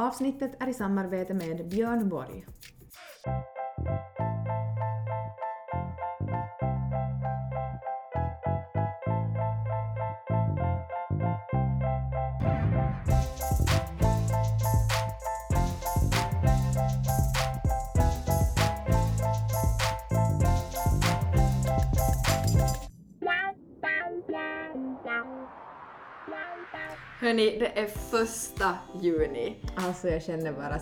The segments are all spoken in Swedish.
Avsnittet är i samarbete med Björn Borg. Hörni, det är 1 juni. Alltså jag känner bara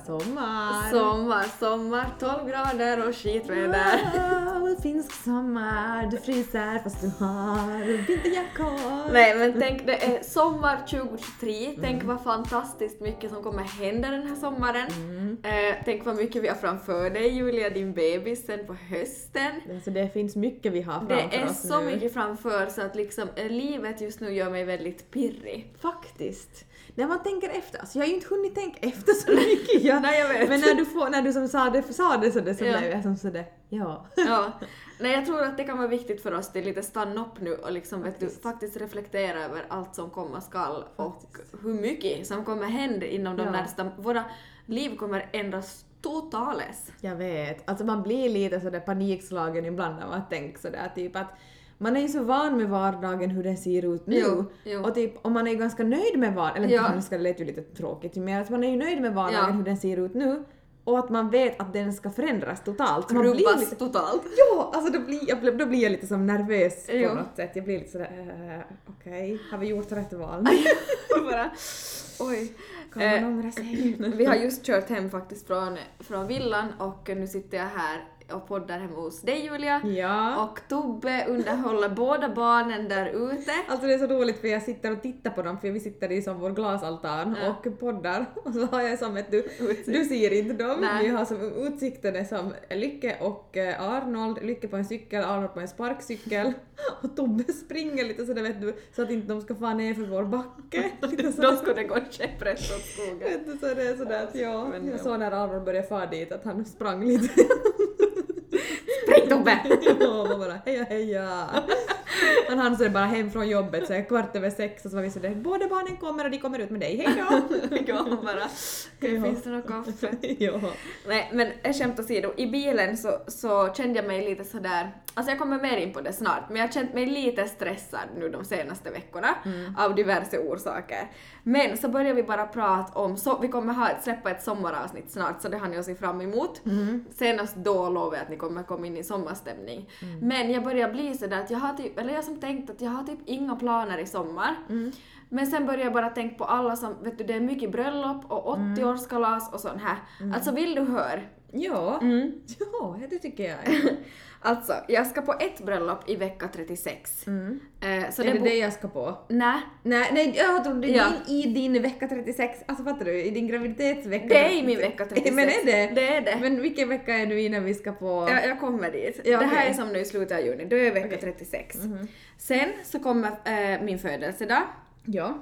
sommar. Sommar, 12 grader och skitväder. Wow, finsk sommar, du fryser fast du har vinterjackor. Nej, men tänk, det är sommar 2023. Tänk vad fantastiskt mycket som kommer hända den här sommaren. Tänk vad mycket vi har framför dig, Julia, din bebis, sen på hösten. Alltså det finns mycket vi har framför oss nu. Det är så mycket framför så att liksom livet just nu gör mig väldigt pirrig. Faktiskt. När man tänker efter, alltså jag har ju inte hunnit tänka efter så mycket. Nej, jag vet. Men när du som sa det så blev jag som sådär, ja. Nej, jag tror att det kan vara viktigt för oss att lite stanna upp nu och liksom faktiskt reflektera över allt som komma skall och hur mycket som kommer hända inom de närsta. Våra liv kommer ändras totales. Jag vet. Alltså man blir lite sådär panikslagen ibland när man tänker sådär typ att man är ju så van med vardagen hur den ser ut nu. Jo. Och typ, om man är ganska nöjd med vardagen, eller det lät ju lite tråkigt, men att man är ju nöjd med vardagen hur den ser ut nu. Och att man vet att den ska förändras totalt. Man blir lite totalt. Ja, alltså då blir jag lite som nervös på något sätt. Jag blir lite sådär, okej, har vi gjort rätt val? Bara, oj. Kan man ångra sig? Vi har just kört hem faktiskt från villan och nu sitter jag här och poddar hemma hos dig, Julia. Ja. Och Tobbe underhåller båda barnen där ute. Alltså det är så roligt för jag sitter och tittar på dem för vi sitter i som vår glasaltan och poddar och så har jag som ett du ser inte dem. Nej. Vi har som utsikten är som Lycke och Arnold, Lycke på en cykel, Arnold på en sparkcykel och Tobbe springer lite så där vet du så att inte de ska få ner för vår backe. Då skulle det gå käpprätt åt skogen. Vet du, så det är sådär att jag såg när Arnold började fara dit att han sprang lite. Spring Tobbe! Ja, man bara heja. Han hann så bara hem från jobbet så 6:15 och så var vi så där, båda barnen kommer och de kommer ut med dig, hejdå! Ja, bara, finns det något kaffe? Ja. Nej, men skämt åsido, i bilen så kände jag mig lite sådär, alltså jag kommer mer in på det snart, men jag har känt mig lite stressad nu de senaste veckorna av diverse orsaker. Men så börjar vi bara prata om, vi kommer släppa ett sommaravsnitt snart så det har ni att se fram emot. Senast då lovar jag att ni kommer komma in i sommarstämning. Men jag börjar bli sådär att jag har som tänkt att jag har typ inga planer i sommar. Men sen börjar jag bara tänka på alla som, vet du, det är mycket bröllop och 80-årskalas och sån här. Alltså vill du höra? Ja, det tycker jag. Alltså, jag ska på ett bröllop i vecka 36. Så är det jag ska på? Nej, jag trodde i din vecka 36, alltså fattar du, i din graviditetsvecka. det är i min vecka 36. Men är det? Det är det. Men vilken vecka är du i när vi ska på? Jag kommer dit. Ja, det här okej. är som nu i slutet av juni, då är vecka 36. Sen så kommer min födelsedag. Ja.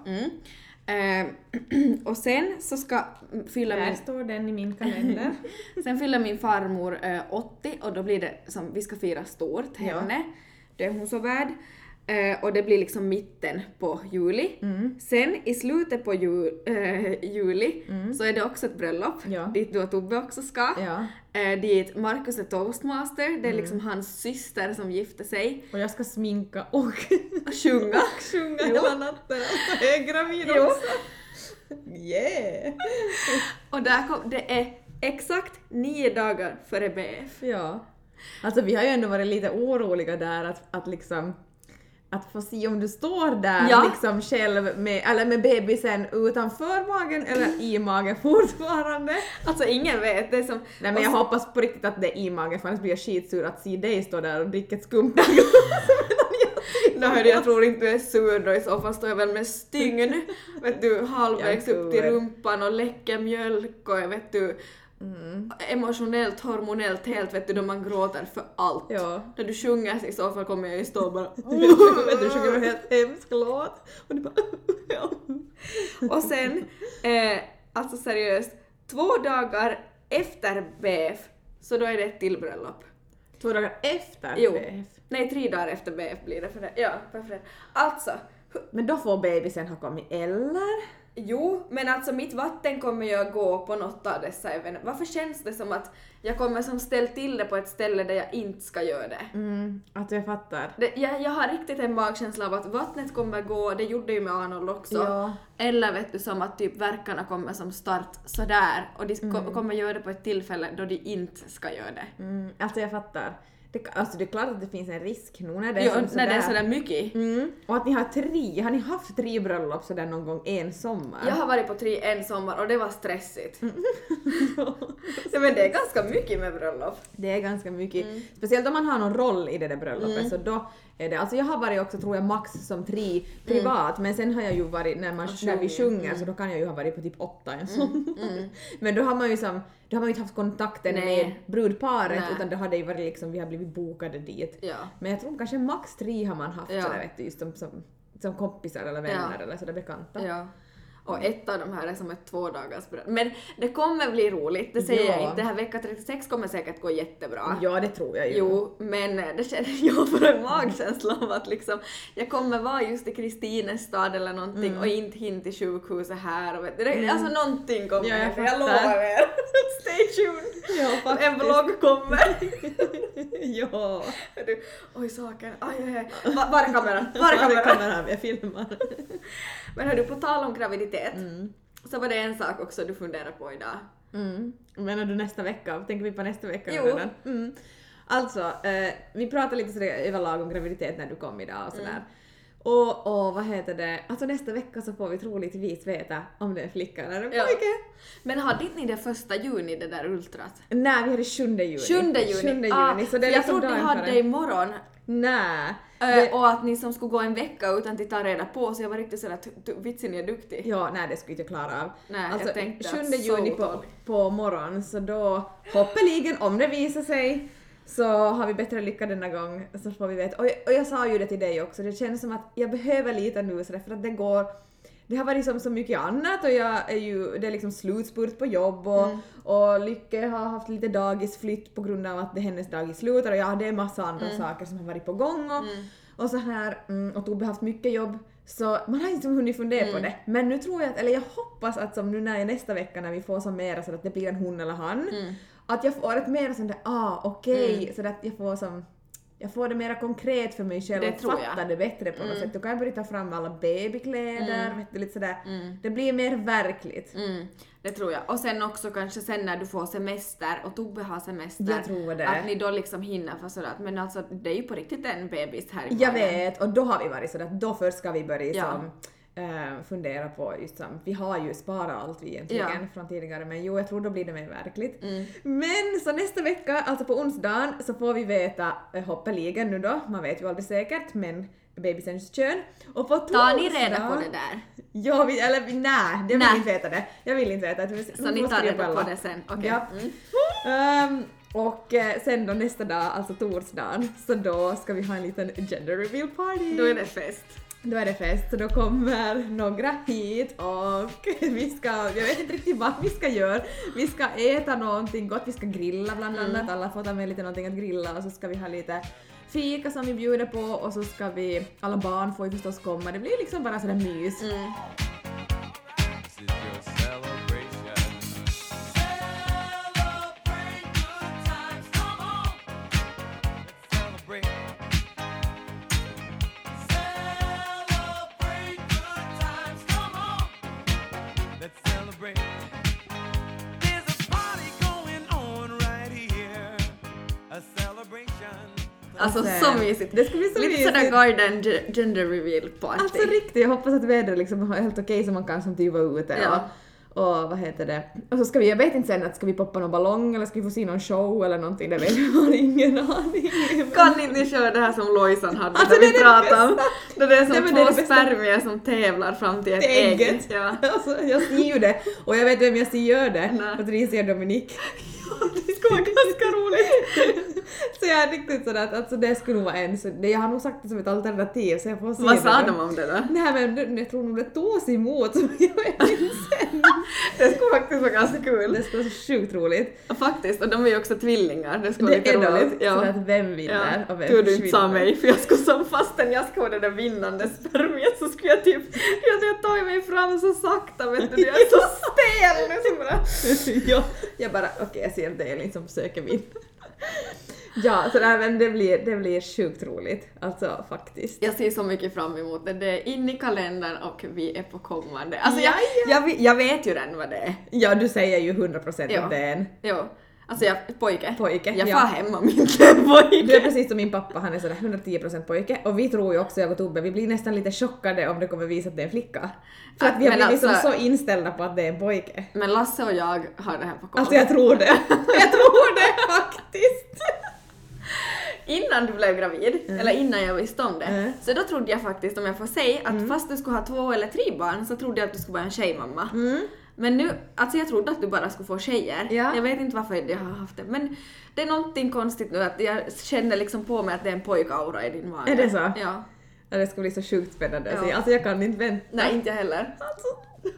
Och sen så ska Där står den i min kalender. Sen fyller min farmor 80 och då blir det som vi ska fira stort henne. Det är hon så värd. Och det blir liksom mitten på juli. Sen i slutet på juli så är det också ett bröllop. Dit du och Tobbe också ska. Dit Marcus är toastmaster. Det är liksom hans syster som gifter sig. Och jag ska sminka och sjunga hela natten. Jag är gravid också. Yeah! Och det är exakt 9 dagar före BF. Ja. Alltså vi har ju ändå varit lite oroliga där att liksom att få se om du står där liksom själv med bebisen utanför magen eller i magen fortfarande. Alltså ingen vet. Det är som, nej men jag hoppas på riktigt att det är i magen för annars blir jag skitsur att se dig stå där och dricka ett skumt. jag tror inte du är sur då, i så fall står jag väl med stygn, vet du, halvvägs upp till rumpan och läcker mjölk och vet du, emotionellt, hormonellt helt, vet du, då man gråter för allt. Ja. När du sjunger i så fall kommer jag ju stå bara vet du sjunger en helt hemsk låt och du bara och sen alltså seriöst 2 dagar efter BF så då är det ett till bröllop. 2 dagar efter BF? Nej, 3 dagar efter BF blir det för det. Ja, varför det? Alltså. Men då får bebisen ha kommit eller? Jo, men alltså mitt vatten kommer ju att gå på något av dessa event. Varför känns det som att jag kommer som ställa till det på ett ställe där jag inte ska göra det? Att jag fattar. Jag har riktigt en magkänsla av att vattnet kommer gå, det gjorde ju med Arnold också. Ja. Eller vet du som att typ verkarna kommer som start sådär och de kommer göra det på ett tillfälle då de inte ska göra det. Alltså jag fattar. Det är klart att det finns en risk nu när det är när det är sådär mycket. Och att ni har ni haft 3 bröllop sådär någon gång en sommar? Jag har varit på 3 en sommar och det var stressigt. Ja, men det är ganska mycket med bröllop. Det är ganska mycket. Speciellt om man har någon roll i det där bröllopet så då är det. Alltså jag har varit också tror jag max som 3 privat men sen har jag ju varit när vi sjunger så då kan jag ju ha varit på typ 8 en sommar. Men då har man ju inte haft kontakten med brudparet utan det hade ju varit liksom vi har blivit bokade dit. Ja. Men jag tror kanske max 3 har man haft sådär vet du just som kompisar eller vänner eller sådär bekanta. Ja. Och ett av de här är som ett 2 dagars bröllop. Men det kommer bli roligt, det säger jag inte. Det här vecka 36 kommer säkert gå jättebra. Ja, det tror jag ju. Jo, men det känner jag för en magkänsla av att liksom, jag kommer vara just i Kristinestad eller någonting och inte hin till sjukhuset här. Och vet du, alltså någonting kommer jag lovar er. Stay tuned. Ja, en vlogg kommer. Ja. Oj, saken. Aj. Var är kameran? Var är kameran? Jag filmar. Men hördu, på tal om graviditet så var det en sak också du funderar på idag. Menar du nästa vecka? Tänker vi på nästa vecka? Jo. Redan? Alltså, vi pratade lite sådär överlag om graviditet när du kom idag och sådär. Och vad heter det? Alltså nästa vecka så får vi troligtvis veta om det är flicka eller en pojke. Men hade ni det 1 juni det där ultrat? Nej, vi hade 7 juni. 7 juni. Så det är jag liksom trodde ni hade det imorgon. Nej. Och att ni som skulle gå en vecka utan att ta reda på så jag var riktigt sådär vitsen är duktig. Ja, nej det skulle jag inte klara av. Nej, alltså, jag tänkte 7 juni på morgon så då hoppeligen om det visar sig så har vi bättre lycka denna gång så får vi veta. Och jag sa ju det till dig också, det känns som att jag behöver lite nu så för att det har varit som så mycket annat och det är liksom slutspurt på jobb och Lycke har haft lite dagisflytt på grund av att det hennes dagis slutar och det är massa andra saker som har varit på gång och så här och Tobbe har haft mycket jobb så man har inte hunnit fundera på det. Men nu tror jag jag hoppas att som nu nästa vecka när vi får som mera så att det blir en hon eller han att jag får ett mer sånt där okej så att jag får det mer konkret för mig själv och fatta det bättre på något sätt. Då kan jag börja ta fram alla babykläder, vet du, lite sådär. Det blir mer verkligt. Det tror jag. Och sen också kanske sen när du får semester och Tobbe har semester. Jag tror det. Att ni då liksom hinner för sådär. Men alltså det är ju på riktigt en bebis här i Jag vet, och då har vi varit sådär. Då först ska vi börja fundera på just som, vi har ju sparat allt vi egentligen från tidigare men jag tror då blir det mer verkligt. Men så nästa vecka, alltså på onsdagen så får vi veta hoppeligen nu då, man vet ju aldrig säkert men bebisens kön. Och på torsdag... Tar ni reda på det där? Ja, nej, jag vill inte veta det. Jag vill inte veta det. Så ni tar reda på det sen, okej. Ja. Och sen då nästa dag, alltså torsdagen, så då ska vi ha en liten gender reveal party. Då är det fest. Så då kommer några hit och jag vet inte riktigt vad vi ska göra. Vi ska äta någonting gott, vi ska grilla bland annat. Alla får ta med lite någonting att grilla och så ska vi ha lite fika som vi bjuder på och så ska alla barn får ju förstås komma. Det blir liksom bara sådär mys. Alltså så mysigt. Det ska bli så lite mysigt. Sådär garden gender reveal party. Alltså riktigt, jag hoppas att vädret liksom är helt okej så man kan som typ vara ute. Ja. Och vad heter det? Och så ska jag vet inte sen att ska vi poppa någon ballong eller ska vi få se någon show eller någonting, det vet jag ingen aning. Kan inte ni köra det här som Lojsan hade alltså, där vi pratade om? Det är som två spermier som tävlar fram till ett ägg. Ja. Alltså, jag ser ju det och jag vet vem jag ser gör det. Patricia Dominik. Det ska vara ganska roligt. Så jag är riktigt sådär att alltså det skulle nog vara en, så jag har nog sagt det som ett alternativ så jag får se. Vad sa de om det då? Nej men jag tror nog det tås emot så jag minns sen. Det skulle faktiskt vara ganska kul. Det skulle vara så sjukt roligt. Faktiskt, och de är ju också tvillingar. Det skulle vara Det lite är roligt. så att vem vinner och vem Tur du inte sa försvinner. mig, för jag skulle som fastän jag skulle vara den där vinnande spermien så skulle jag typ, jag tar mig fram så sakta, vet du, jag är så stel nu som bara. Ja, jag bara okej, jag ser det Elin som försöker vinna. Ja, så där, men det blir sjukt roligt. Alltså faktiskt. Jag ser så mycket fram emot det. Det är in i kalendern och vi är på kommande. Alltså Ja, jag vet ju redan vad det är. Ja, du säger ju 100% att det är en Jo. Alltså pojke. pojke. Jag ja. far hem om inte är pojke. Du är precis som min pappa, han är sådär 110% pojke och vi tror ju också, jag och Tobbe, vi blir nästan lite chockade om det kommer visa att det är en flicka. För att vi har blivit alltså, så inställda på att det är en pojke. Men Lasse och jag har det här på koll. Alltså jag tror det. Jag tror det faktiskt. Innan du blev gravid, eller innan jag visste om det, så då trodde jag faktiskt, om jag får säga, att fast du skulle ha 2 eller 3 barn så trodde jag att du skulle vara en tjejmamma. Men nu, alltså jag trodde att du bara skulle få tjejer. Ja. Jag vet inte varför jag har haft det, men det är någonting konstigt nu att jag känner liksom på mig att det är en pojkaura i din mage. Är det så? Ja. Ja, det ska bli så sjukt spännande att Ja. se. Alltså jag kan inte vänta. Nej, inte jag heller. Alltså.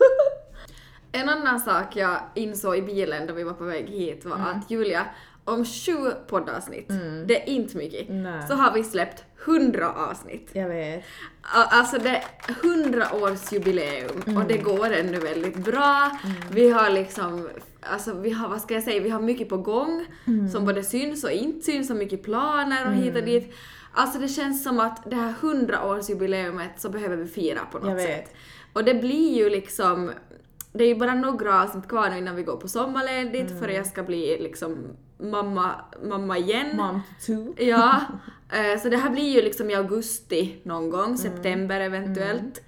En annan sak jag insåg i bilen då vi var på väg hit var att Julia, om 7 poddavsnitt, det är inte mycket, Nej. så har vi släppt 100 avsnitt. Jag vet. Alltså det är 100-årsjubileum och det går ännu väldigt bra. Vi har liksom, alltså vi har, vad ska jag säga, vi har mycket på gång som både syns och inte syns, och mycket planer och hit och dit. Alltså det känns som att det här 100-årsjubileumet så behöver vi fira på Jag något vet. sätt. Och det blir ju liksom, det är ju bara några avsnitt kvar nu innan vi går på sommarledigt för jag ska bli liksom mamma igen. Mom to 2. Ja, så det här blir ju liksom i augusti någon gång, september eventuellt.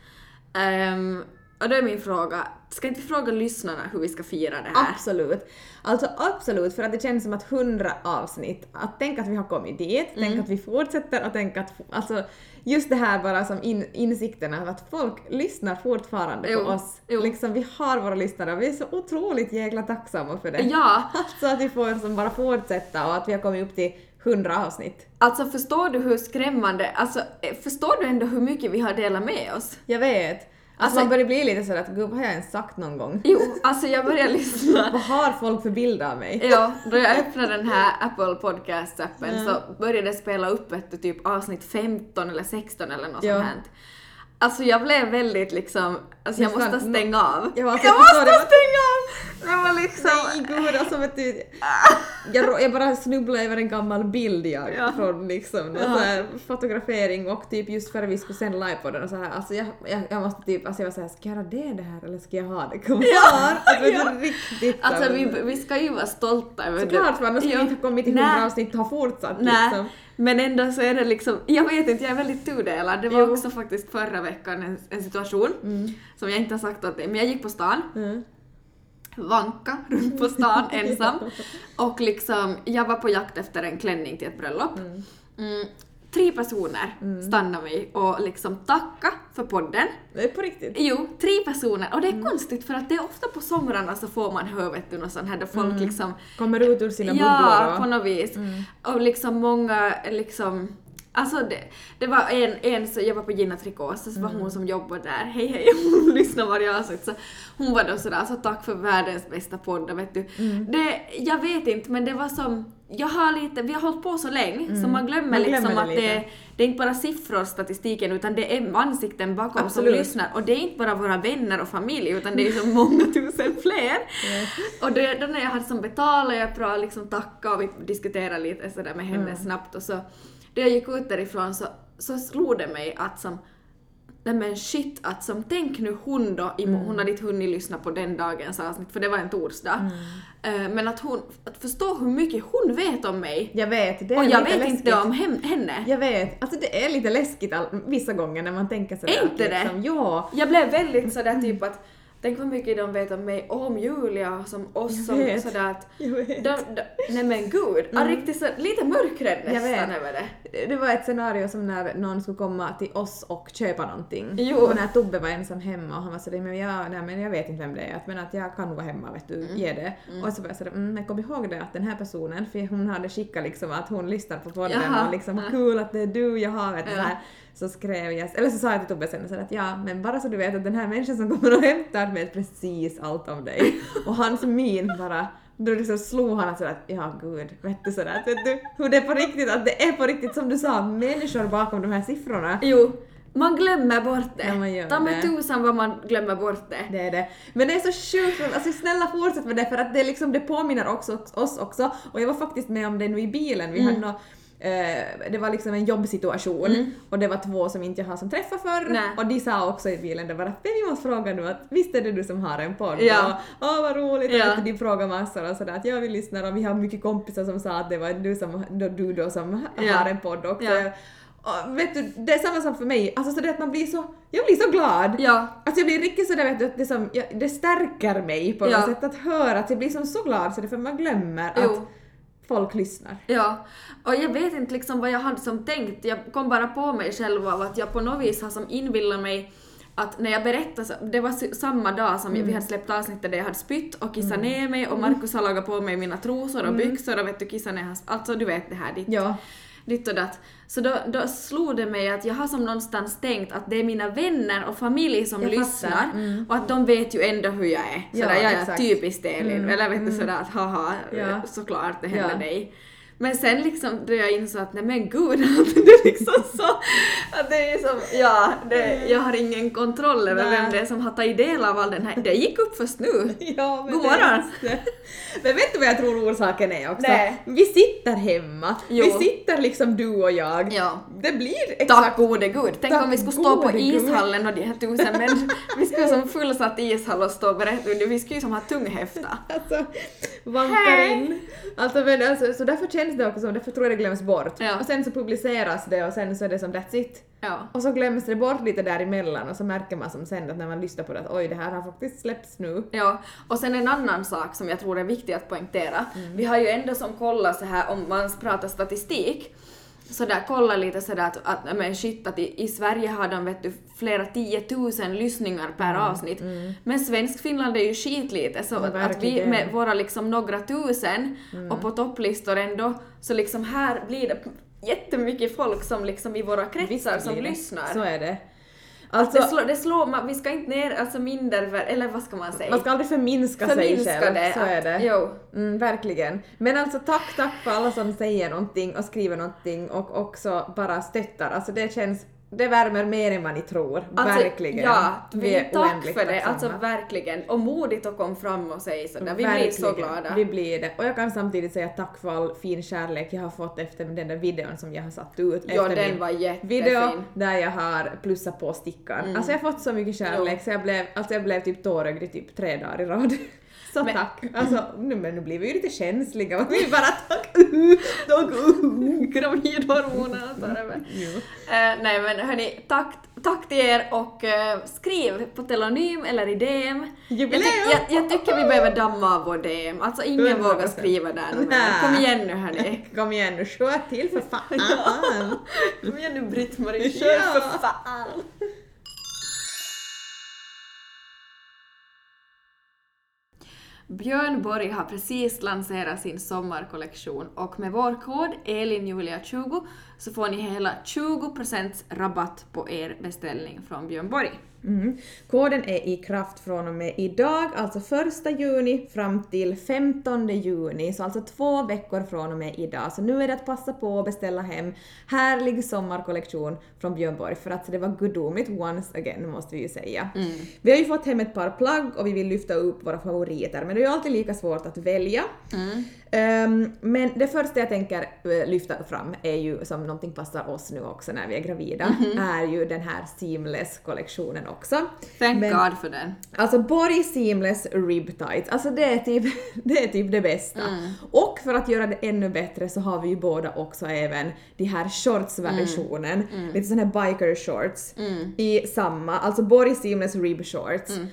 Och då är min fråga, ska inte fråga lyssnarna hur vi ska fira det här? Absolut. Alltså absolut, för att det känns som att 100 avsnitt, att tänk att vi har kommit dit, tänk att vi fortsätter och tänk att, alltså just det här bara som insikten av att folk lyssnar fortfarande på oss. Liksom vi har våra lyssnare och vi är så otroligt jäkla tacksamma för det. Ja. Alltså att vi får som bara fortsätta och att vi har kommit upp till 100 avsnitt. Alltså förstår du hur skrämmande, alltså förstår du ändå hur mycket vi har delat med oss? Jag vet. Alltså man börjar bli lite sådär att gud, vad har jag ens sagt någon gång? Jo, alltså jag börjar lyssna. Vad har folk för bild av mig? Ja, då jag öppnade den här Apple Podcast-appen så började det spela upp ett typ avsnitt 15 eller 16 eller något sånt här. Alltså jag blev väldigt liksom, alltså jag måste stänga av. Jag måste stänga av! Det var liksom... Nej gud, alltså vet du, jag bara snubblade över en gammal bild från liksom någon så här fotografering och typ just före vi skulle sända live på den och så här, alltså jag måste typ, alltså jag var såhär, ska jag göra det här eller ska jag ha det kvar? Alltså det är riktigt. Alltså vi ska ju vara stolta över det. Såklart, för annars skulle vi inte kommit till 100 avsnitt och ha fortsatt liksom. Men ändå så är det liksom, jag vet inte, jag är väldigt tudelad. Det var också faktiskt förra veckan en situation som jag inte har sagt åt dig, men jag gick på stan. Vanka runt på stan ensam och liksom jag var på jakt efter en klänning till ett bröllop. 3 personer stannade mig och liksom tacka för podden. Det är på riktigt. Jo, 3 personer. Och det är konstigt för att det är ofta på somrarna så får man hövet och sånt här där folk liksom kommer ut ur sina bubblor. Ja, på något vis. Och liksom många liksom, alltså det var en så jag var på Gina Tricot, så var hon som jobbade där. Hej, hon lyssnar varje avsnitt. Så hon var då sådär, så tack för världens bästa podd, vet du. Jag vet inte, men det var som, vi har hållit på så länge så man glömmer liksom att det är inte bara siffror, statistiken, utan det är ansikten bakom som lyssnar. Och det är inte bara våra vänner och familj, utan det är så många tusen fler. Och då när jag hade som betalat, jag liksom tacka och vi diskuterade lite sådär med henne snabbt och så. Då jag gick ut därifrån så slog det mig att som, nej men shit, att som, tänk nu hon då, hon hade inte hunnit lyssna på den dagens avsnitt, för det var en torsdag. Men att förstå hur mycket hon vet om mig. Jag vet, det är och jag lite vet läskigt. inte om henne. Jag vet, alltså det är lite läskigt vissa gånger när man tänker sådär. Är inte det? Liksom, ja. Jag blev väldigt sådär typ att tänk vad mycket de vet om mig, om Julia, som oss, som sådär att... nej men gud, riktigt så, lite mörkrädd nästan över det. Det var ett scenario som när någon skulle komma till oss och köpa någonting. Jo. Och när Tobbe var ensam hemma och han var sådär, men jag vet inte vem det är, men att jag kan nog vara hemma, vet du, ge det. Och så var jag sådär, men kom ihåg det att den här personen, för hon hade skickat liksom att hon lyssnar på podden och liksom, kul att det är du, jag har vet så här. Så skrev jag, eller så sa jag till Tobbe sen så att men bara så du vet att den här människan som kommer och hämtar vet precis allt om dig. Och hans min bara, då liksom slog han sådär att gud, vet du sådär, vet du hur det är på riktigt, att det är på riktigt som du sa, människor bakom de här siffrorna. Jo, man glömmer bort det. Ja, man gör Ta med tusan vad man glömmer bort det. Det är det. Men det är så sjukt, alltså snälla fortsätt med det, för att det liksom, det påminner också oss också. Och jag var faktiskt med om det nu i bilen, vi hade det var liksom en jobbsituation och det var 2 som inte jag har som träffar förr. Och de sa också i bilen, det var att vi måste fråga nu att visst är det du som har en podd? Ja. Och vad roligt att de frågar massor och sådär att vi lyssnar, och vi har mycket kompisar som sa att det var du som har en podd också. Ja. Och vet du, det är samma som för mig, alltså så det att jag blir så glad. Ja. Alltså jag blir riktigt så där, vet du, det stärker mig på något sätt att höra, att jag blir så glad så det, för man glömmer att folk lyssnar. Ja, och jag vet inte liksom vad jag hade som tänkt. Jag kom bara på mig själv av att jag på något vis har som inbillat mig att när jag berättade, det var samma dag som vi hade släppt avsnittet där jag hade spytt och kissat ner mig och Markus har lagat på mig mina trosor och byxor och vet du, kissat ner hans, alltså du vet det här ditt och datt. Så då slog det mig att jag har som någonstans tänkt att det är mina vänner och familj som lyssnar och att de vet ju ändå hur jag är. Sådär, jag är typiskt Elin. Eller vet du sådär att haha, såklart det händer dig. Men sen liksom då jag insåg att nej men gud, att det är liksom så att det är som, jag har ingen kontroll över vem det är som har tagit del av all den här, det gick upp först nu. Ja, men god morgon. Men vet du vad jag tror orsaken är också? Nej. Vi sitter hemma, vi sitter liksom du och jag. Ja. Det blir exakt... Tack gode gud. Tänk om vi skulle stå på ishallen och de här 1000 människor. Vi skulle som fullsatt ishall och stå och berätta. Vi skulle ju som ha tunghäfta. Alltså, vankar in. Alltså, men alltså, så därför känns det också, därför tror jag det glöms bort. Ja. Och sen så publiceras det och sen så är det som that's it. Ja. Och så glöms det bort lite däremellan och så märker man som sen att när man lyssnar på det att oj, det här har faktiskt släppts nu. Ja, och sen en annan sak som jag tror är viktig att poängtera. Vi har ju ändå som kollat så här om man pratar statistik. Så där kolla lite sådär att men shit, att i Sverige har de vet du flera 10 000 lyssningar per avsnitt. Men Svensk-Finland är ju skitlite så att vi med våra liksom några tusen och på topplistor ändå så liksom här blir det jättemycket folk som liksom i våra kretsar som lyssnar. Så är det. Alltså, det slår vi ska inte ner alltså mindre, eller vad ska man säga? Man ska aldrig förminska sig själv, det, så är det. Jo. Verkligen. Men alltså tack för alla som säger någonting och skriver någonting och också bara stöttar. Alltså det värmer mer än vad ni tror. Alltså, verkligen. Ja, vi är tack för det. Alltså verkligen. Och modigt att komma fram och säga sådär. Vi blir så glada. Vi blir det. Och jag kan samtidigt säga tack för all fin kärlek jag har fått efter den där videon som jag har satt ut. Ja, efter den var jättefin. Video där jag har plussat på stickan. Alltså jag har fått så mycket kärlek så jag blev typ tårögd typ 3 dagar i rad. Så men, tack. Alltså, nu blir vi ju lite känsliga. Vi bara tack. Gravidhormoner. Nej men hörni, tack till er och skriv på telonym eller i DM. Jag tycker vi behöver damma av vår DM. Alltså ingen vågar skriva där. Kom igen nu hörni. Kom igen nu, skjut till för fan. Kom igen nu Britt-Marie, kör för fan. Björn Borg har precis lanserat sin sommarkollektion och med vår kod ELINJULIA20 så får ni hela 20% rabatt på er beställning från Björn Borg. Koden är i kraft från och med idag, alltså 1 juni fram till 15 juni, så alltså 2 veckor från och med idag. Så nu är det att passa på att beställa hem härlig sommarkollektion från Björn Borg, för att det var gudomligt once again måste vi ju säga. Vi har ju fått hem ett par plagg och vi vill lyfta upp våra favoriter, men det är ju alltid lika svårt att välja. Men det första jag tänker lyfta fram är ju, som någonting passar oss nu också när vi är gravida, är ju den här Seamless-kollektionen också. Thank God för den. Alltså Borg Seamless Rib Tights, alltså det är typ det bästa. Och för att göra det ännu bättre så har vi ju båda också även de här shorts-versionen, lite sån här biker shorts i samma, alltså Borg Seamless Rib Shorts.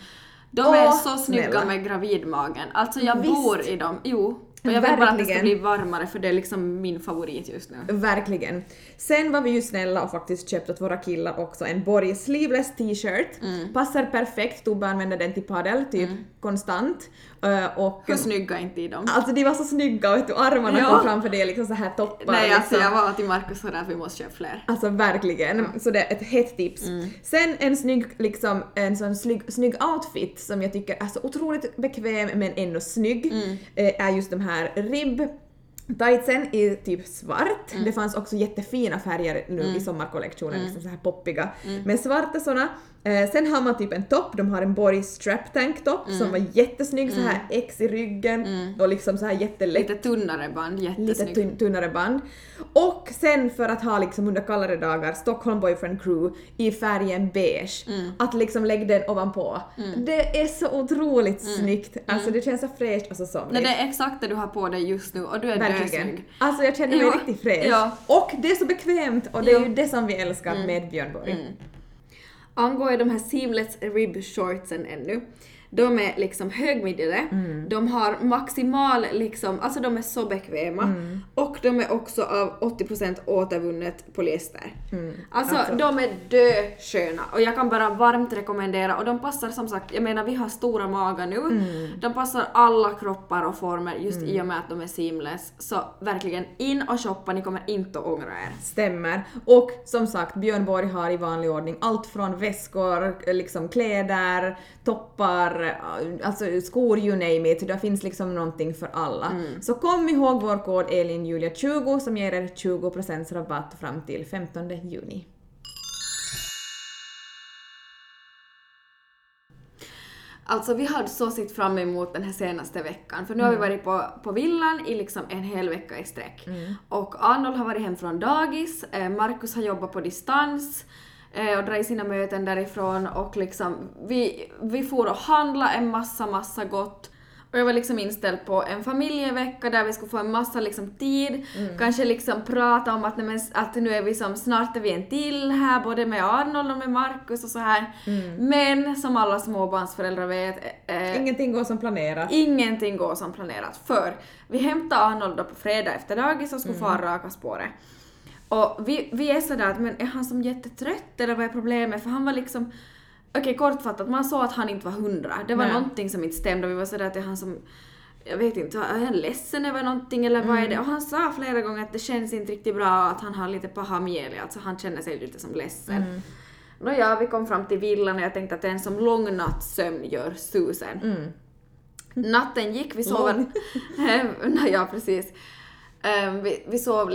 De är så snygga med gravidmagen. Alltså jag bor i dem. Jo. Och jag vill bara att det ska bli varmare för det är liksom min favorit just nu. Verkligen. Sen var vi ju snälla och faktiskt köpte åt våra killar också en Borg sleeveless t-shirt. Passar perfekt, Tobbe använder den till paddel typ konstant. Och hur snygga är inte i dem? Alltså de var så snygga och armarna kom framför det liksom så här toppar. Nej alltså liksom. jag var till Markus och där vi måste köpa fler. Alltså verkligen. Så det är ett hett tips. Sen en snygg liksom en sån snygg outfit som jag tycker är så otroligt bekväm men ändå snygg är just de här ribb-tightsen i typ svart. Det fanns också jättefina färger nu i sommarkollektionen, liksom så här poppiga. Men svarta såna. Sen har man typ en topp, de har en Borg strap tank top som var jättesnygg, så här X i ryggen och liksom så här jättelätt. Lite tunnare band, jättesnygg. Lite tunnare band. Och sen för att ha liksom under kallare dagar Stockholm Boyfriend Crew i färgen beige. Att liksom lägga den ovanpå. Det är så otroligt snyggt. Alltså det känns så fräscht och så somrigt. Nej, det är exakt det du har på dig just nu och du är dösnygg. Alltså jag känner mig riktigt fräsch. Ja. Och det är så bekvämt och det är ju det som vi älskar med Björn Borg. Angående de här seamless rib shortsen ännu. De är liksom högmidjade. De har maximal liksom, alltså de är så bekväma. Och de är också av 80% återvunnet polyester. Alltså de är dösköna och jag kan bara varmt rekommendera, och de passar som sagt, jag menar vi har stora magar nu. De passar alla kroppar och former just i och med att de är seamless. Så verkligen in och shoppa, ni kommer inte att ångra er. Stämmer. Och som sagt, Björn Borg har i vanlig ordning allt från väskor, liksom kläder, toppar, alltså skor, you name it. Det finns liksom någonting för alla. Så kom ihåg vår kod ELINJULIA20 som ger er 20% rabatt fram till 15 juni. Alltså vi hade så sitt fram emot den här senaste veckan. För nu har vi varit på villan i liksom en hel vecka i sträck. Och Arnold har varit hem från dagis. Markus har jobbat på distans. Och dra i sina möten därifrån. Och liksom vi får och handla en massa gott. Och jag var liksom inställd på en familjevecka där vi skulle få en massa liksom tid. Kanske liksom prata om att nu är vi som, snart är vi en till här, både med Arnold och med Markus och så här. Men som alla småbarnsföräldrar vet, ingenting går som planerat. Ingenting går som planerat. För vi hämtade Arnold då på fredag efter dagis och skulle få raka spåret. Och vi är sådär att, men är han som jättetrött eller vad är problemet? För han var liksom, okej, kortfattat, man sa att han inte var 100. Det var någonting som inte stämde och vi var sådär att det är han som, jag vet inte, är han ledsen över någonting eller vad är det? Och han sa flera gånger att det känns inte riktigt bra, att han har lite pahamjäli, alltså han känner sig lite som ledsen. Nåja, vi kom fram till villan och jag tänkte att en som lång nattsömn gör susen. Natten gick, vi sover. Ja, precis. Vi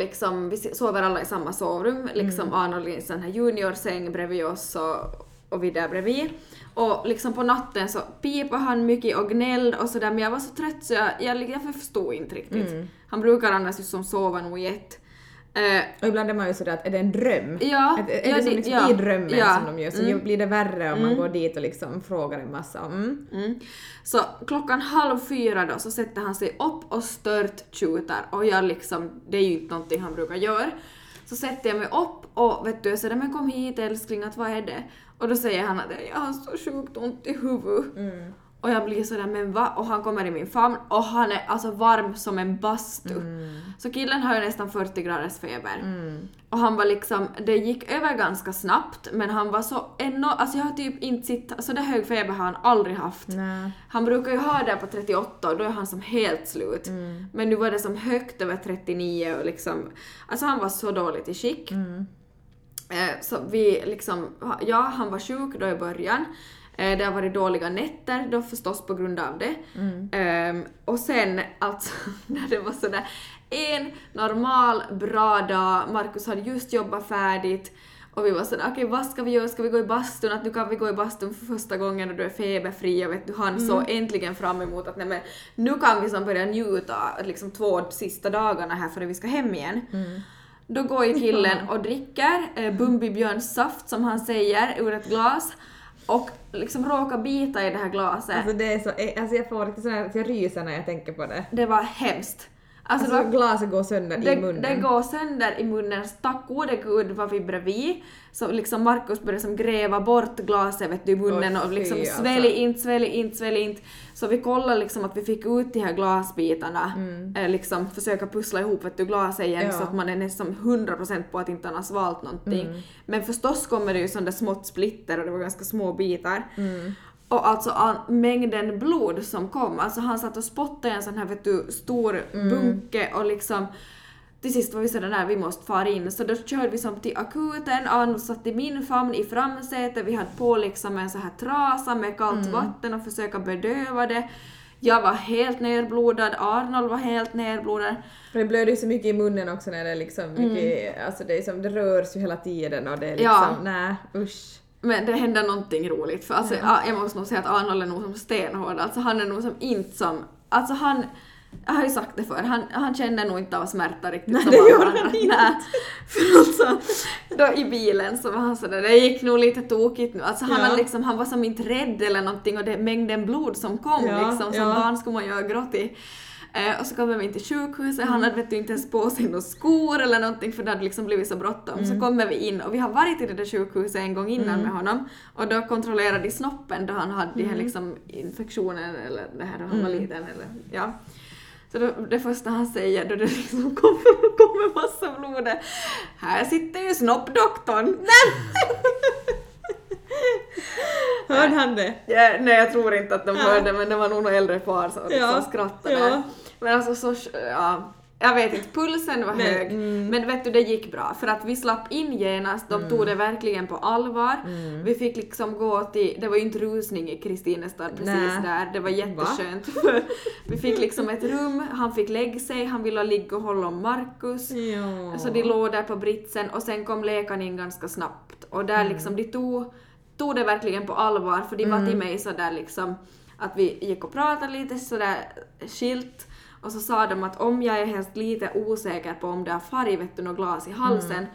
sover alla i samma sovrum, liksom Arnold i en sån här juniorsäng bredvid oss och vi där bredvid. Och liksom på natten så pipade han mycket och gnällde och sådär, men jag var så trött så jag förstod inte riktigt. Han brukar annars ju som sova nog och ibland är man ju sådär att är det en dröm? Ja. Är det som liksom i drömmen som de gör, så blir det värre om man går dit och liksom frågar en massa. Så 3:30 då så sätter han sig upp och stört tjutar och jag liksom, det är ju inte någonting han brukar göra. Så sätter jag mig upp och vet du, så där, men kom hit älskling, att vad är det? Och då säger han att jag har så sjukt ont i huvudet. Och jag blir sådär, men va? Och han kommer i min famn och han är alltså varm som en bastu. Så killen har ju nästan 40 graders feber. Och han var liksom, det gick över ganska snabbt, men han var så alltså jag har typ inte sitt, alltså det hög feber har han aldrig haft. Han brukar ju ha det på 38 och då är han som helt slut. Men nu var det som högt över 39 och liksom, alltså han var så dåligt i skick. Så vi liksom, han var sjuk då i början. Det har varit dåliga nätter då förstås på grund av det. Och sen alltså när det var sådär en normal bra dag, Markus hade just jobbat färdigt och vi var sådär, okej, vad ska vi göra? Ska vi gå i bastun? Att nu kan vi gå i bastun för första gången och du är feberfri och vet du, han så äntligen fram emot att nej, men nu kan vi som börja njuta liksom 2 sista dagarna här före vi ska hem igen. Då går ju killen och dricker Bumbibjörns saft som han säger ur ett glas. Och liksom råka bita i det här glaset. Alltså det är så, alltså jag får lite sådär, jag ryser när jag tänker på det. Det var hemskt. Alltså glaset går sönder i munnen. Det går sönder i munnen. Tack gode gud var vi bredvid. Så liksom Markus började som gräva bort glaset vet du, i munnen och liksom svälj inte. Så vi kollade liksom att vi fick ut de här glasbitarna. Liksom försöka pussla ihop vet du, glaset igen så att man är nästan 100% på att inte han har svalt någonting. Men förstås kommer det ju sådana smått splitter och det var ganska små bitar. Och alltså mängden blod som kom, alltså han satt och spottade i en sån här vet du, stor bunke och liksom till sist var vi sådär när vi måste fara in så då körde vi som till akuten, Arnold satt i min famn i framsätet, vi hade på liksom en så här trasa med kallt vatten och försöka bedöva det. Jag var helt nerblodad, Arnold var helt nerblodad. Det blöder ju så mycket i munnen också när det är liksom mycket, alltså det är som det rörs ju hela tiden och det är liksom, nej usch. Men det händer någonting roligt för alltså, jag måste nog säga att Arnold är nog som stenhård, alltså han är nog som inte som, alltså han, jag har ju sagt det för, han känner nog inte av smärta riktigt. Nej, det gör han inte. Nej, för alltså, då i bilen så var han sådär, det gick nog lite tokigt nu, alltså han var som inte rädd eller någonting och det mängden blod som kom liksom, som barn skulle man ju ha gråtit. Och så kommer vi in till sjukhuset, han hade vet du, inte ens på sig några skor eller någonting för det hade liksom blivit så bråttom. Så kommer vi in och vi har varit i det där sjukhuset en gång innan med honom och då kontrollerade de snoppen då han hade de här liksom infektionen eller det här då han var liten eller Så då, det första han säger då det liksom kommer massa blod. Här sitter ju snoppdoktorn. Hörde han det? Ja, nej, jag tror inte att de hörde, men det var nog någon äldre far som skrattade. Ja. Men alltså så, jag vet inte, pulsen var hög, men vet du, det gick bra. För att vi slapp in genast, de tog det verkligen på allvar. Vi fick liksom gå till, det var ju inte rusning i Kristinestad precis där, det var jätteskönt. Vi fick liksom ett rum, han fick lägga sig, han ville ligga och hålla om Markus. Ja. Så de låg där på britsen och sen kom läkaren in ganska snabbt. Och där liksom, de tog det verkligen på allvar, för de var till mig så där liksom att vi gick och pratade lite så där skilt och så sa de att om jag är helt lite osäker på om det har färg vet du något glas i halsen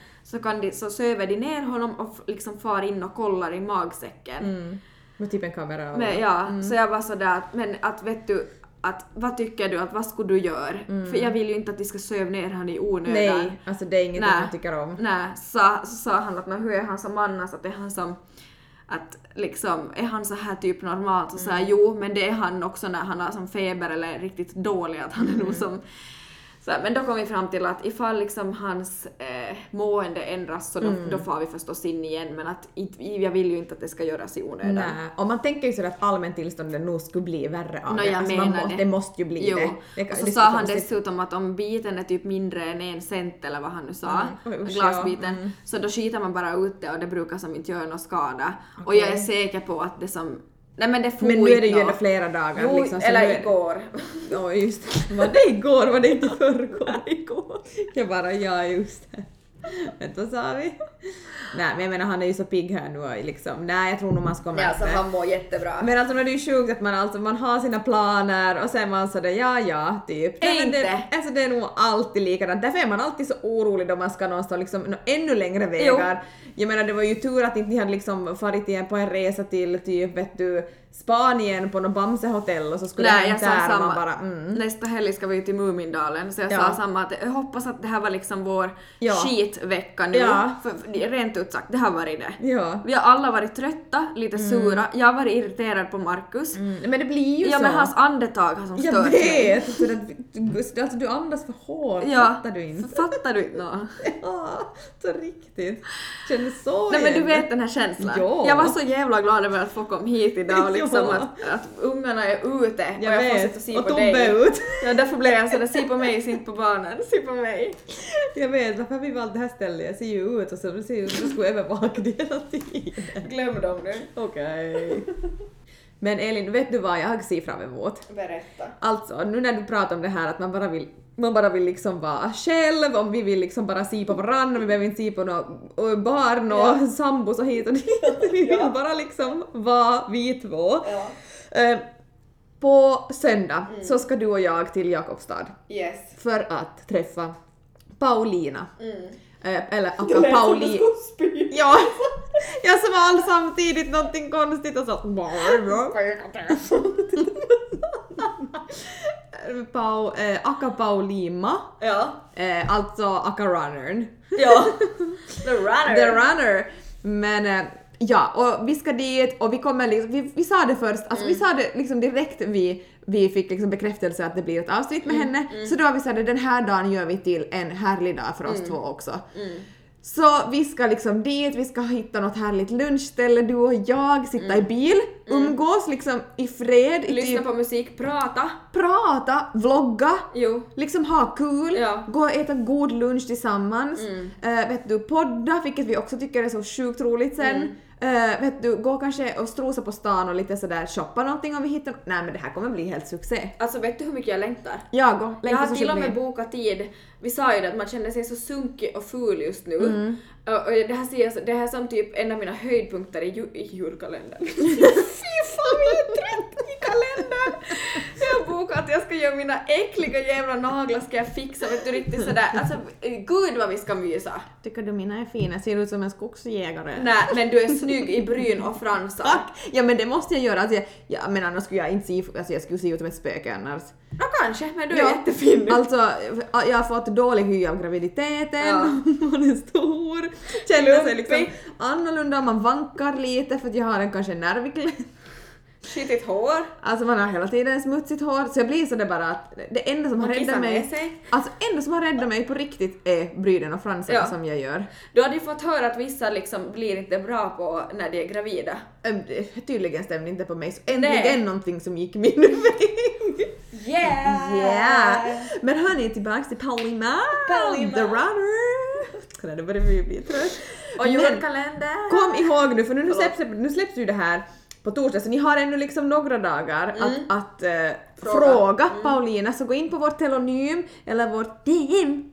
så söver de ner honom och liksom far in och kollar i magsäcken. Med typ en kamera. Men, så jag var så där men att vet du att vad tycker du att vad skulle du göra? För jag vill ju inte att de ska söva ner han i onödan. Nej, alltså det är inget jag tycker om. Nej, så sa han att hur är han som annars att det är han som att liksom, är han så här typ normalt och så här, jo, men det är han också när han har som feber eller är riktigt dålig att han är nog som så här, men då kom vi fram till att ifall liksom hans mående ändras så då får vi förstås in igen, men att jag vill ju inte att det ska göras i onödan. Nej, och man tänker ju så att allmäntillståndet nog skulle bli värre av det. Alltså det måste ju bli det. Och så sa han dessutom att om biten är typ mindre än 1 cent eller vad han nu sa, glasbiten, så då skiter man bara ut det och det brukar som inte göra någon skada. Okay. Och jag är säker på att det som nej, men nu är det ju ändå flera dagar. Jo, liksom, eller igår. Ja, just det. Var det igår? Var det inte förrgår? Igår. Jag bara, just det. Vänta, sa vi? Nej, men jag menar, han är ju så pigg här nu liksom. Nej, jag tror nog man ska märka. Ja, så han mår jättebra. Men alltså det är ju sjukt att man har sina planer och sen man sådär, typ. Det är nog alltid likadant. Därför är man alltid så orolig då man ska någonstans liksom ännu längre vägar. Jo. Jag menar, det var ju tur att inte ni hade liksom farit igen på en resa till typ, vet du, Spanien på något Bamse-hotell och så skulle jag sa samma. Bara, nästa helg ska vi ju till Mumindalen så jag sa samma att jag hoppas att det här var liksom vår skitvecka nu. För rent ut sagt, det har varit det. Ja. Vi har alla varit trötta, lite sura. Jag har varit irriterad på Markus. Men det blir ju så. Ja, men hans andetag har som stört mig. Jag vet. Alltså, du andas för hårt. Fattar du inte? Fattar du inte nå? Ja, så riktigt. Känner så. Nej, men du vet den här känslan. Ja. Jag var så jävla glad över att få komma hit idag och liksom att ungarna är ute och jag får sitta och se på dig. Är ut. Ja, därför blev jag sådär, se på mig, se på barnen, se på mig. Jag vet, varför vi valt det här stället? Jag ser ju ut och så ser jag ska övervaka det hela tiden. Glöm dem nu. Okej. Men Elin, vet du vad jag ser fram emot? Berätta. Alltså, nu när du pratar om det här att man bara vill liksom vara själv, om vi vill liksom bara se på varandra, vi behöver inte se på några barn och sambos och hit och dit. Vi vill bara liksom vara vi två. Ja. På söndag så ska du och jag till Jakobstad. Yes. För att träffa Paulina. Eller Paulina. Ja, jag som var samtidigt någonting konstigt och så. Aka Paulima. Ja. Alltså Aka Runnern. Ja. The runner. The Runner. Men ja, och vi ska dit och vi kommer liksom, vi sa det först, alltså vi sa det liksom direkt vi fick liksom bekräftelse att det blir ett avsnitt med henne. Så då har vi sagt att den här dagen gör vi till en härlig dag för oss två också. Så vi ska liksom dit, vi ska hitta något härligt lunchställe, du och jag, sitta i bil, umgås liksom i fred. Lyssna på musik, prata, vlogga, liksom ha kul, gå och äta god lunch tillsammans, vet du, podda, vilket vi också tycker är så sjukt roligt sen. Vet du, gå kanske och strosa på stan och lite sådär shoppa någonting om vi hittar. Nej men det här kommer bli helt succé. Alltså vet du hur mycket jag längtar? Jag har till och med bokat tid. Vi sa ju det att man känner sig så sunkig och ful just nu. Och det här är som typ en av mina höjdpunkter i julkalendern. Fy fan, jag är trött i kalendern! Jag har bokat att jag ska göra mina äckliga jävla naglar, ska jag fixa, vet du, riktigt sådär. Alltså gud vad vi ska mysa. Tycker du mina är fina? Ser ut som en skogsjägare. Nej, men du är snygg i bryn och fransar. Tack! Ja men det måste jag göra. Alltså, men annars skulle jag inte se, alltså jag skulle se ut som ett spöke annars. Ja kanske, men du är jättefin. Alltså jag har fått dålig hy av graviditeten. Man är stor. Känner sig liksom annorlunda. Man vankar lite för att jag har en kanske nerviklädd. Skitigt hår. Alltså man har hela tiden smutsigt hår. Så jag blir så det bara att det enda som har räddat mig. Alltså enda som har räddat mig på riktigt är bryden och fransarna som jag gör. Du hade ju fått höra att vissa liksom blir inte bra på när de är gravida. Tydligen stämde inte på mig. Så äntligen någonting som gick min väg. Yeah! Men hörni, tillbaks till Paulima. The Runner. Det börjar bli trött. Och julkalender. Kom ihåg nu, för nu släpps ju det här på torsdag, så ni har ännu liksom några dagar att fråga Paulina, så gå in på vårt telonym eller vårt DM.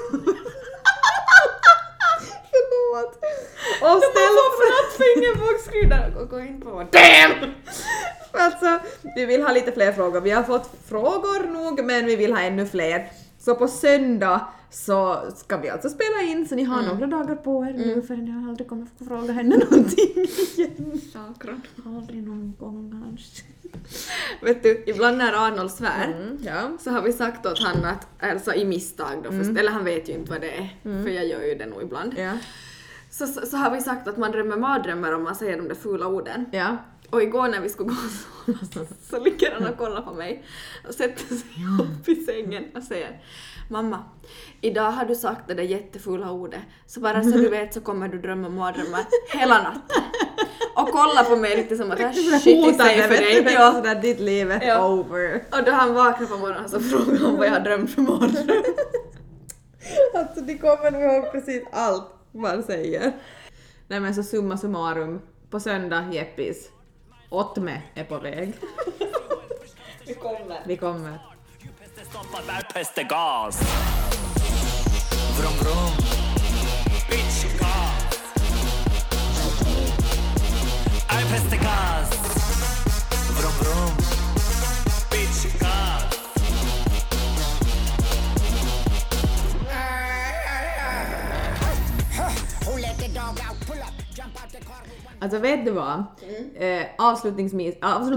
Förlåt. Och ställ fingerbågskrydda och gå in på vårt DM. Alltså, vi vill ha lite fler frågor. Vi har fått frågor nog, men vi vill ha ännu fler. Så på söndag så ska vi alltså spela in, så ni har några dagar på er nu, för jag aldrig kommer få fråga henne någonting igen. Sakran. Aldrig någon gång kanske. Vet du, ibland när Arnold svär så har vi sagt åt han att, alltså i misstag då, eller han vet ju inte vad det är, för jag gör ju det nog ibland. Så har vi sagt att man drömmer mardrömmar om man säger de där fula orden. Och igår när vi skulle gå så ligger han och kollar på mig och sätter sig upp i sängen och säger: mamma, idag har du sagt det där jättefulla ordet, så bara så du vet så kommer du drömma mardrömmar hela natten. Och kolla på mig lite som att det här shit is safe för dig. Ja, så där ditt liv är over. Och då han vaknar på morgonen så frågar han vad jag har drömt för mardröm. Alltså de kommer nog ihåg precis allt man säger. Nej men så summa summarum, på söndag Jeppis. Otme är på väg. Vi kommer. Pest är gas. Vrum vrum. Bitch gas. Pest är gas. Vrum vrum. Bitch gas. Alltså vet du vad? Avslutningsvis.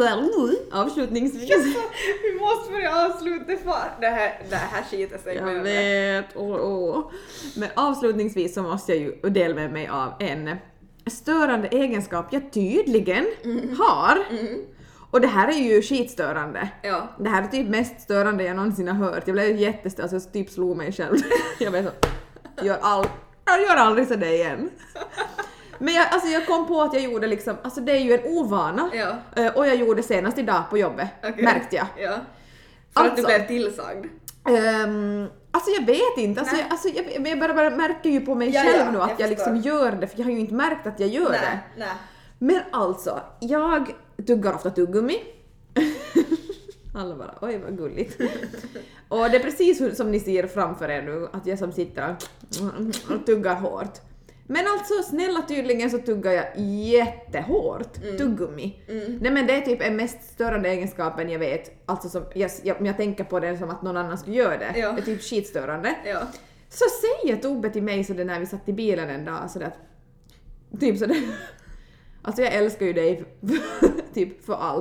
Vi måste börja avsluta det här skiter sig. Jag vet. Men avslutningsvis så måste jag ju dela med mig av en störande egenskap jag tydligen har. Och det här är ju skitstörande. Det här är typ mest störande jag någonsin har hört. Jag blev ju jättestörd, alltså typ slog mig själv. Jag vet så. Jag gör aldrig så det igen. Men jag kom på att jag gjorde liksom, alltså det är ju en ovana. Och jag gjorde senast idag på jobbet, märkte jag. För att du blev tillsagd. Alltså jag vet inte, jag bara märker ju på mig själv nu att jag liksom gör det, för jag har ju inte märkt att jag gör det. Men alltså, jag tuggar ofta tuggummi. Alla bara, oj vad gulligt. Och det är precis som ni ser framför er nu, att jag som sitter och tuggar hårt. Men alltså snälla, tydligen så tuggar jag jättehårt tuggummi. Nej men det är typ en mest störande egenskapen jag vet. Alltså som jag tänker på det som att någon annan skulle göra det. Det är typ skitstörande. Så säger Tobbe till mig så det när vi satt i bilen en dag så att typ så det. Alltså jag älskar ju dig typ för allt.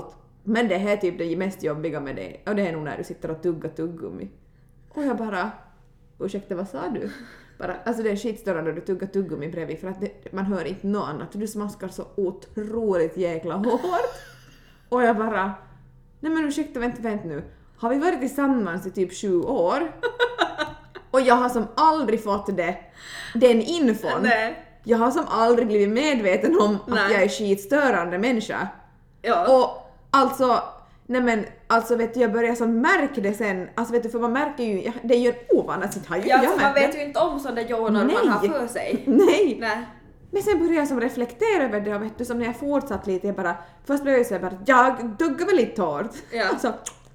Men det här är typ det mest jobbiga med det. Och det är nog när du sitter och tuggar tuggummi. Och jag bara, ursäkta, vad sa du? Bara, alltså det är skitstörande när du tuggar tuggummi bredvid för att man hör inte något annat. Du smaskar så otroligt jäkla hårt. Och jag bara, nej men ursäkta, vänta nu. Har vi varit tillsammans i typ 7 år? Och jag har som aldrig fått den infon. Nej. Jag har som aldrig blivit medveten om att jag är skitstörande människa. Ja. Och alltså, nej men, alltså vet du, jag börjar som märka det sen, alltså vet du, för man märker ju, det är ju en ovan, alltså har ju Ja, jag för man vet ju inte om sådana joner man har för sig. Nej. Nej. Men sen började jag som reflektera över det och vet du, som när jag fortsatt lite, jag bara, först blev jag så här bara, jag tuggar väl lite hårt. Ja. Alltså,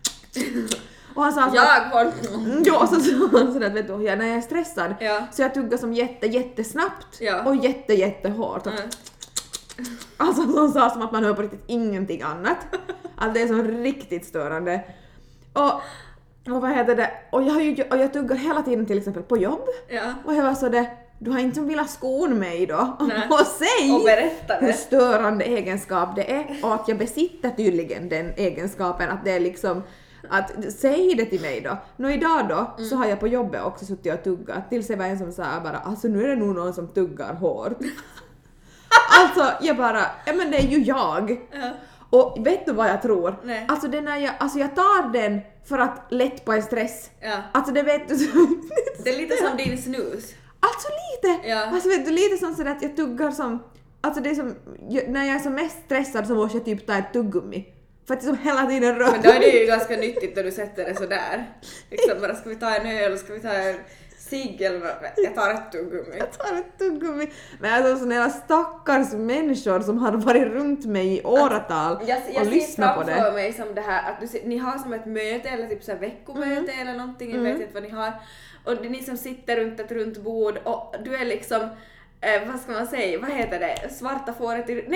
och han sa ja, så sa han sådär, vet du, när jag är stressad så jag tuggar som jättesnabbt och jättehårt. Alltså han sa som att man hör på riktigt ingenting annat. Alltså det är så riktigt störande. Och vad heter det? Och jag tuggar hela tiden till exempel på jobb. Ja. Och jag var så det, du har inte som velat skona mig då. Och säg och berätta hur störande egenskap det är. Och att jag besitter tydligen den egenskapen. Att det är liksom, att säg det till mig då. Nå idag då så har jag på jobbet också suttit och tuggat. Tills det var en som sa bara, alltså nu är det nog någon som tuggar hårt. Alltså jag bara, ja men det är ju jag. Ja. Och vet du vad jag tror? Nej. Alltså jag tar den för att lätt på en stress. Ja. Alltså det vet du. Det är lite som din snus. Alltså lite! Ja. Alltså vet du, lite som sådär att jag tuggar som, alltså det är som, när jag är som mest stressad så måste jag typ ta ett tuggummi. För att det som hela tiden rör. Men då är det ju ganska nyttigt när du sätter det sådär. Liksom bara, ska vi ta en öl, ska vi ta en cigg eller jag tar ett tuggummi. Jag tar ett tuggummi. Men alltså sådana stackars människor som har varit runt mig i åratal och lyssnat på det. Jag ser framför mig som det här att ni har som ett möte eller typ så här veckomöte eller någonting, jag vet inte vad ni har. Och det är ni som sitter runt ett runt bord och du är liksom, vad ska man säga, vad heter det, svarta fåret i,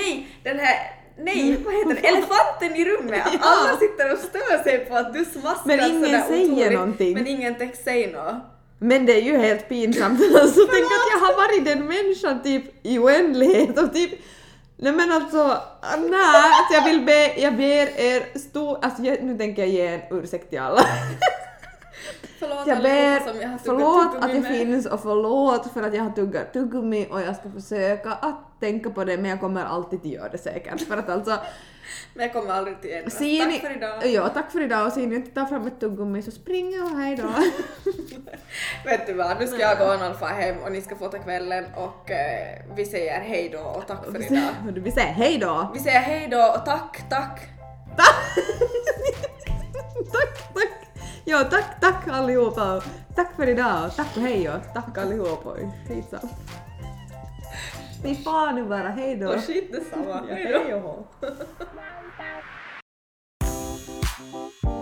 vad heter det, elefanten i rummet. Att alla sitter och stör sig på att du smaskar men ingen sådär säger otroligt, någonting. men ingen text säger något. Men det är ju helt pinsamt. Alltså tänk att jag har varit den människan typ i oändlighet och typ, nej men alltså, nej, så jag ber er alltså nu tänker jag ge en ursäkt till alla. Jag ber förlåt att det finns och förlåt för att jag har tuggat tuggummi och jag ska försöka att tänka på det, men jag kommer alltid att göra det säkert. För att alltså, men jag kommer aldrig till ändras. Tack för idag. Ja, tack för idag. Och ser ni inte ta fram ett tuggummi så springer och hej då. Vet du vad, nu ska jag gå och Alfa hem och ni ska få ta kvällen och vi säger hej då och tack för idag. Vi säger hej då. Vi säger hej då och tack. Tack. Ja, tack allihopa. Tack för idag. Tack och hej och tack allihopa. Skitsamma. Ni fan nu bara, hej då. Och shit detsamma. Hej då.